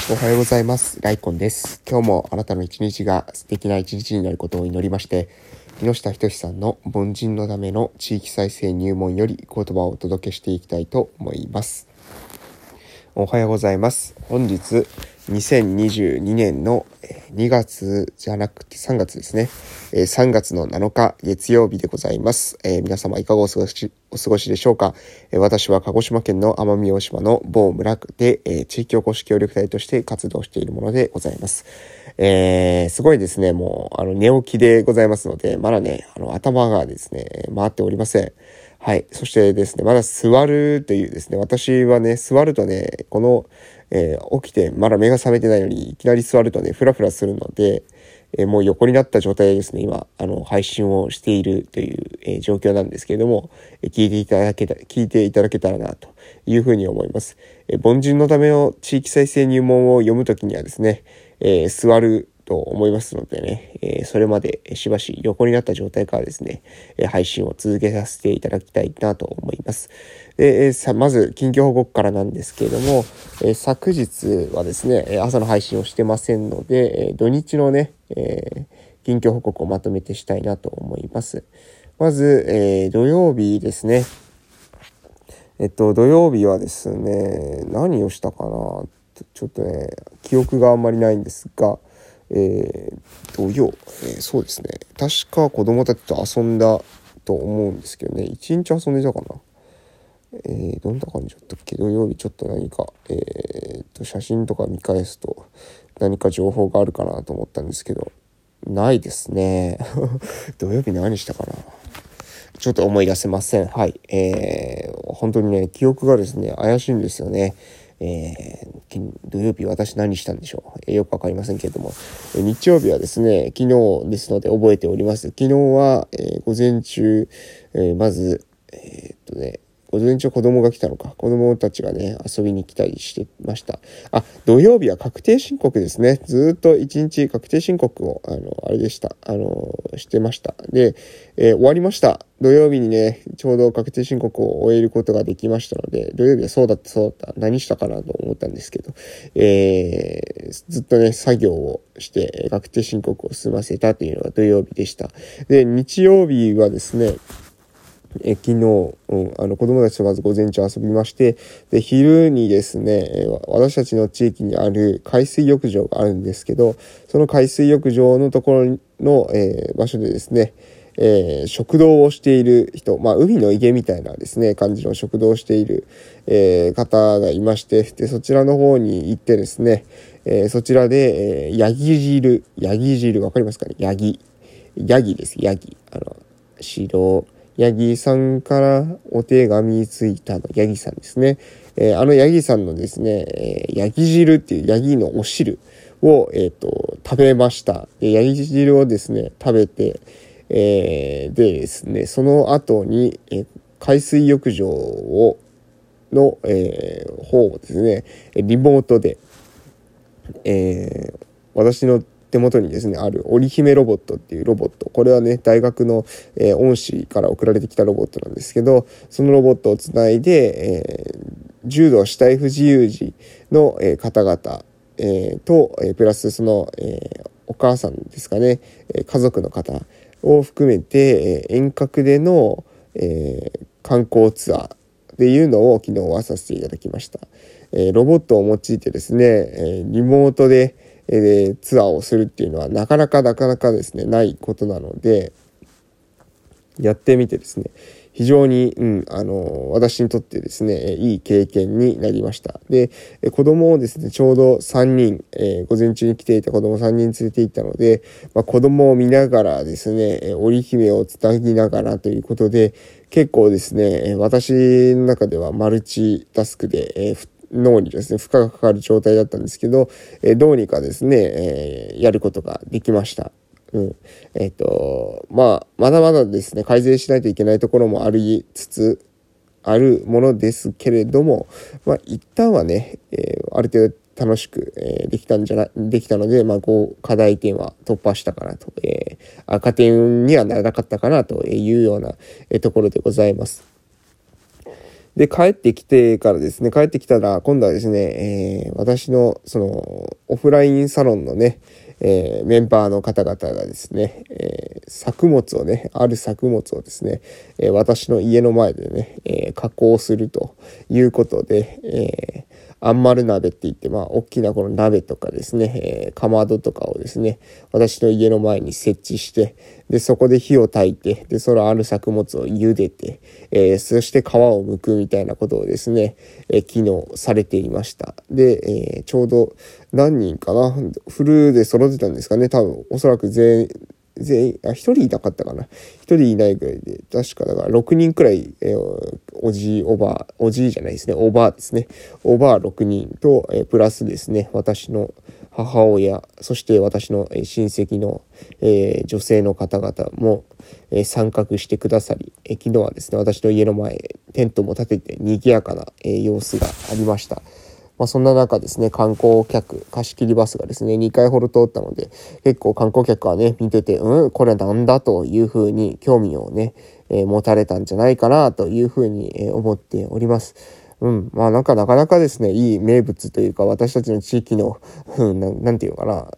おはようございます。ライコンです。今日もあなたの一日が素敵な一日になることを祈りまして、木下仁さんの凡人のための地域再生入門より言葉をお届けしていきたいと思います。おはようございます。本日2022年の2月じゃなくて3月ですね。3月の7日月曜日でございます。皆様いかがお過ごしでしょうか。私は鹿児島県の奄美大島の某村で、地域おこし協力隊として活動しているものでございます。すごいですね。もう寝起きでございますので、まだね頭がですね回っておりません。はい。そしてですね、まだ座るというですね、私はね、座るとね、起きてまだ目が覚めてないのに、いきなり座るとね、フラフラするので、もう横になった状態でですね、今、配信をしているという、状況なんですけれども、聞いていただけたらな、というふうに思います。凡人のための地域再生入門を読むときにはですね、座ると思いますのでね、それまでしばし横になった状態からですね、配信を続けさせていただきたいなと思います。まず近況報告からなんですけれども、昨日はですね、朝の配信をしてませんので、土日のね、近況報告をまとめてしたいなと思います。まず、土曜日ですね。土曜日はですね、何をしたかな、ちょっとね、記憶があんまりないんですが、そうですね。確か子供たちと遊んだと思うんですけどね。一日遊んでたかな。どんな感じだったっけ。土曜日ちょっと何か、写真とか見返すと何か情報があるかなと思ったんですけど、ないですね。土曜日何したかな。ちょっと思い出せません。はい。本当にね、記憶がですね、怪しいんですよね。土曜日私何したんでしょう。よくわかりませんけれども、日曜日はですね、昨日ですので覚えております。昨日は、午前中、まず、午前中子供が来たのか。子供たちがね、遊びに来たりしてました。土曜日は確定申告ですね。ずっと一日確定申告を、してました。で、終わりました。土曜日にね、ちょうど確定申告を終えることができましたので、土曜日はそうだった。何したかなと思ったんですけど、ずっとね、作業をして、確定申告を済ませたというのが土曜日でした。で、日曜日はですね、昨日、子供たちとまず午前中遊びまして、で、昼にですね、私たちの地域にある海水浴場があるんですけど、その海水浴場のところの、場所でですね、食堂をしている人、海の家みたいなですね、感じの食堂をしている、方がいまして、で、そちらの方に行ってですね、そちらで、ヤギ汁、わかりますかね。ヤギです。ヤギ。ヤギさんからお手紙ついたの、ヤギさんですね。ヤギさんのですね、ヤギ汁っていうヤギのお汁を、食べました。ヤギ汁をですね、食べて、でですね、その後に、海水浴場の、方をですね、リモートで、私の手元にですねある織姫ロボットっていうロボット、これはね大学の、恩師から送られてきたロボットなんですけど、そのロボットをつないで、重度肢体不自由児の、方々、と、プラスその、お母さんですかね、家族の方を含めて、遠隔での、観光ツアーっていうのを昨日はさせていただきました。ロボットを用いてですね、リモートでツアーをするっていうのはなかなかですねないことなので、やってみてですね非常に、私にとってですねいい経験になりました。で、子供をですねちょうど3人、午前中に来ていた子供3人連れて行ったので、子供を見ながらですね織姫をつなぎながらということで、結構ですね私の中ではマルチタスクで、脳にですね負荷がかかる状態だったんですけど、どうにかですね、やることができました。まだまだですね改善しないといけないところもありつつあるものですけれども、一旦はね、ある程度楽しく、できたので、課題点は突破したかなと、赤点にはならなかったかなというような、ところでございます。 で、帰ってきたら、今度はですね、私の、オフラインサロンのね、メンバーの方々がですね、ある作物をですね、私の家の前でね、加工するということで、あんまる鍋って言って、大きなこの鍋とかですね、かまどとかをですね、私の家の前に設置して、で、そこで火を焚いて、で、そのある作物を茹でて、そして皮を剥くみたいなことをですね、昨日されていました。で、ちょうど何人かな、フルで揃ってたんですかね、多分、おそらく全員、一人いなかったかな。一人いないぐらいで、確かだから6人くらい、おじいじゃないですね、おばあですね。おばあ6人と、プラスですね、私の母親、そして私の親戚の、女性の方々も、参画してくださり、昨日はですね、私の家の前、テントも立てて賑やかな、様子がありました。そんな中ですね、観光客、貸し切りバスがですね、2回ほど通ったので、結構観光客はね、見てて、これなんだというふうに興味をね、持たれたんじゃないかなというふうに、思っております。なかなかですね、いい名物というか、私たちの地域の、なんていうのかな、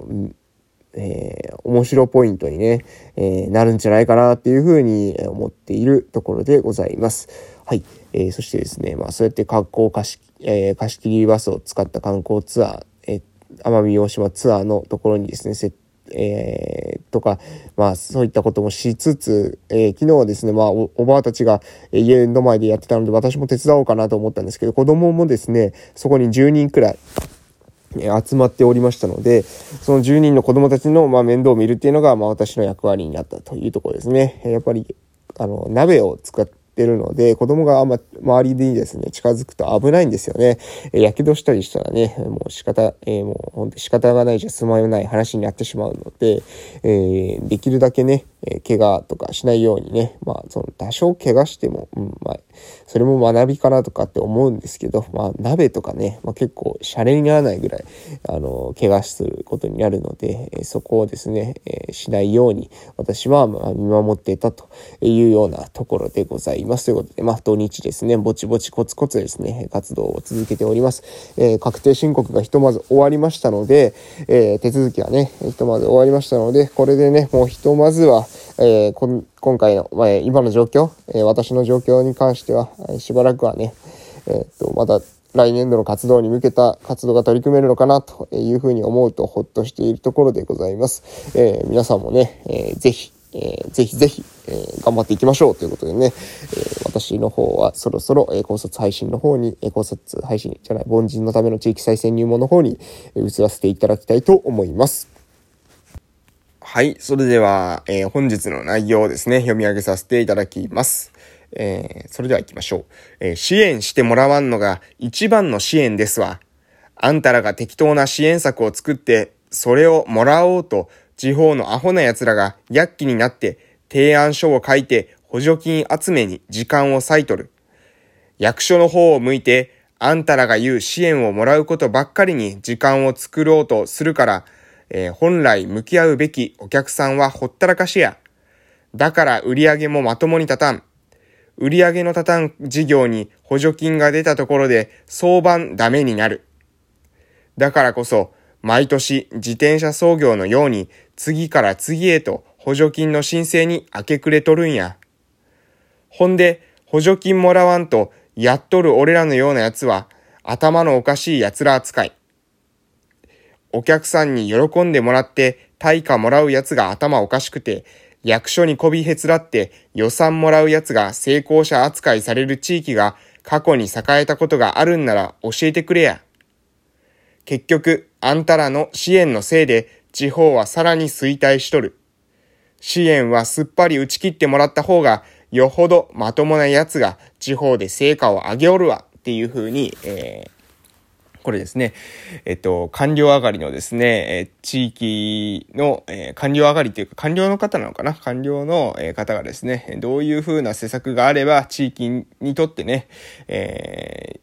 面白ポイントにね、なるんじゃないかなっていうふうに思っているところでございます。はい。そしてですね、そうやって貸し切りバスを使った観光ツアー、奄美大島ツアーのところにですね、とか、そういったこともしつつ、昨日はですね、おばあたちが家の前でやってたので、私も手伝おうかなと思ったんですけど、子供もですね、そこに10人くらい、集まっておりましたので、その10人の子供たちの面倒を見るっていうのが私の役割になったというところですね。やっぱり鍋を使ってるので、子供が周りにですね近づくと危ないんですよね。やけどしたりしたらね、もうもう本当に仕方がないじゃ済まない話になってしまうので、できるだけね、怪我とかしないようにね、多少怪我しても、それも学びかなとかって思うんですけど、鍋とかね、結構シャレにならないぐらい怪我することになるので、そこをですね、しないように私は見守っていたというようなところでございます。ということで、土日ですね、ぼちぼちコツコツですね、活動を続けております。確定申告がひとまず終わりましたので、手続きはね、ひとまず終わりましたので、これでね、もうひとまずは、今回の、今の状況、私の状況に関しては、しばらくはね、また来年度の活動に向けた活動が取り組めるのかなというふうに思うとほっとしているところでございます。皆さんもね、ぜひ頑張っていきましょうということでね、私の方はそろそろ、考察配信の方に、凡人のための地域再生入門の方に移らせていただきたいと思います。はい、それでは、本日の内容をですね、読み上げさせていただきます。それでは行きましょう。支援してもらわんのが一番の支援ですわ。あんたらが適当な支援策を作って、それをもらおうと、地方のアホな奴らが躍起になって、提案書を書いて補助金集めに時間を割いとる。役所の方を向いて、あんたらが言う支援をもらうことばっかりに時間を作ろうとするから、本来向き合うべきお客さんはほったらかしや。だから売り上げもまともに立たん。売り上げの立たん事業に補助金が出たところで相場ダメになる。だからこそ、毎年自転車操業のように次から次へと補助金の申請に明け暮れとるんや。ほんで、補助金もらわんとやっとる俺らのようなやつは頭のおかしい奴ら扱い。お客さんに喜んでもらって対価もらうやつが頭おかしくて、役所にこびへつらって予算もらうやつが成功者扱いされる地域が過去に栄えたことがあるんなら教えてくれや。結局、あんたらの支援のせいで地方はさらに衰退しとる。支援はすっぱり打ち切ってもらった方がよほどまともなやつが地方で成果を上げおるわっていう風に、これですね、官僚上がりのですね、地域の、官僚上がりというか、官僚の方なのかな、官僚の、方がですね、どういう風な施策があれば、地域にとってね、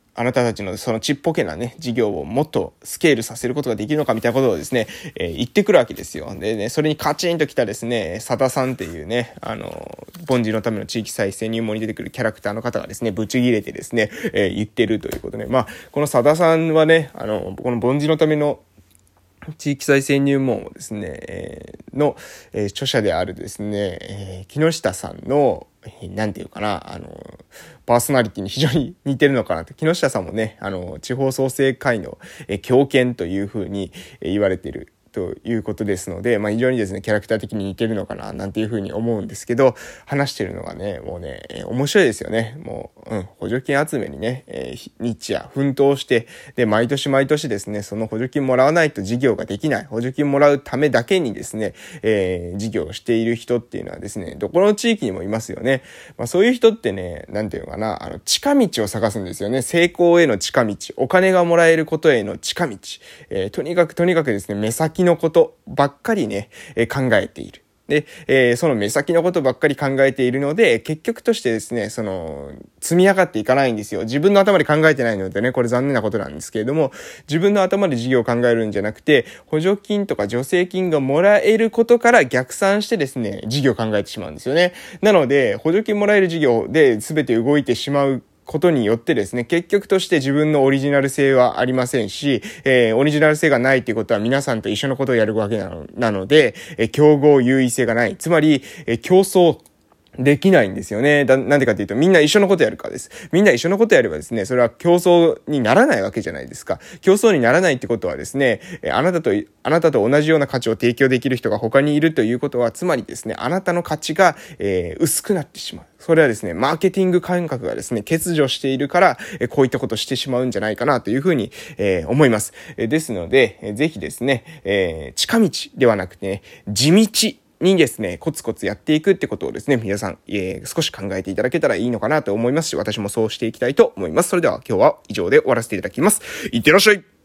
あなたたちのそのちっぽけなね、事業をもっとスケールさせることができるのかみたいなことをですね、言ってくるわけですよ。でね、それにカチンと来たですね、佐田さんっていうね、凡人のための地域再生入門に出てくるキャラクターの方がですね、ブチギレてですね、言ってるということで、まあ、この佐田さんはね、この凡人のための地域再生入門をですね、著者であるですね、木下さんの、なんていうかな、パーソナリティに非常に似てるのかなと。木下さんもね、地方創生会の、狂犬というふうに言われている。ということですので、まあ非常にですね、キャラクター的に似てるのかな、なんていうふうに思うんですけど、話してるのがね、もうね、面白いですよね。もう、補助金集めにね、日夜奮闘して、で、毎年毎年ですね、その補助金もらわないと事業ができない、補助金もらうためだけにですね、事業をしている人っていうのはですね、どこの地域にもいますよね。まあそういう人ってね、なんていうのかな、近道を探すんですよね。成功への近道、お金がもらえることへの近道。とにかくですね、目先のことばっかりね、考えている。で、その目先のことばっかり考えているので、結局としてですね、積み上がっていかないんですよ。自分の頭で考えてないのでね、これ残念なことなんですけれども、自分の頭で事業を考えるんじゃなくて、補助金とか助成金がもらえることから逆算してですね、事業を考えてしまうんですよね。なので、補助金もらえる事業で全て動いてしまうことによってですね、結局として自分のオリジナル性はありませんし、オリジナル性がないっていうことは皆さんと一緒のことをやるわけなので、競合優位性がない。つまり、競争できないんですよね。なんでかっていうと、みんな一緒のことやるからです。みんな一緒のことやればですね、それは競争にならないわけじゃないですか。競争にならないってことはですね、あなたと同じような価値を提供できる人が他にいるということは、つまりですね、あなたの価値が、薄くなってしまう。それはですね、マーケティング感覚がですね、欠如しているから、こういったことをしてしまうんじゃないかなというふうに、思います。ですので、ぜひですね、近道ではなくてね、地道にですね、コツコツやっていくってことをですね、皆さん、少し考えていただけたらいいのかなと思いますし、私もそうしていきたいと思います。それでは今日は以上で終わらせていただきます。いってらっしゃい。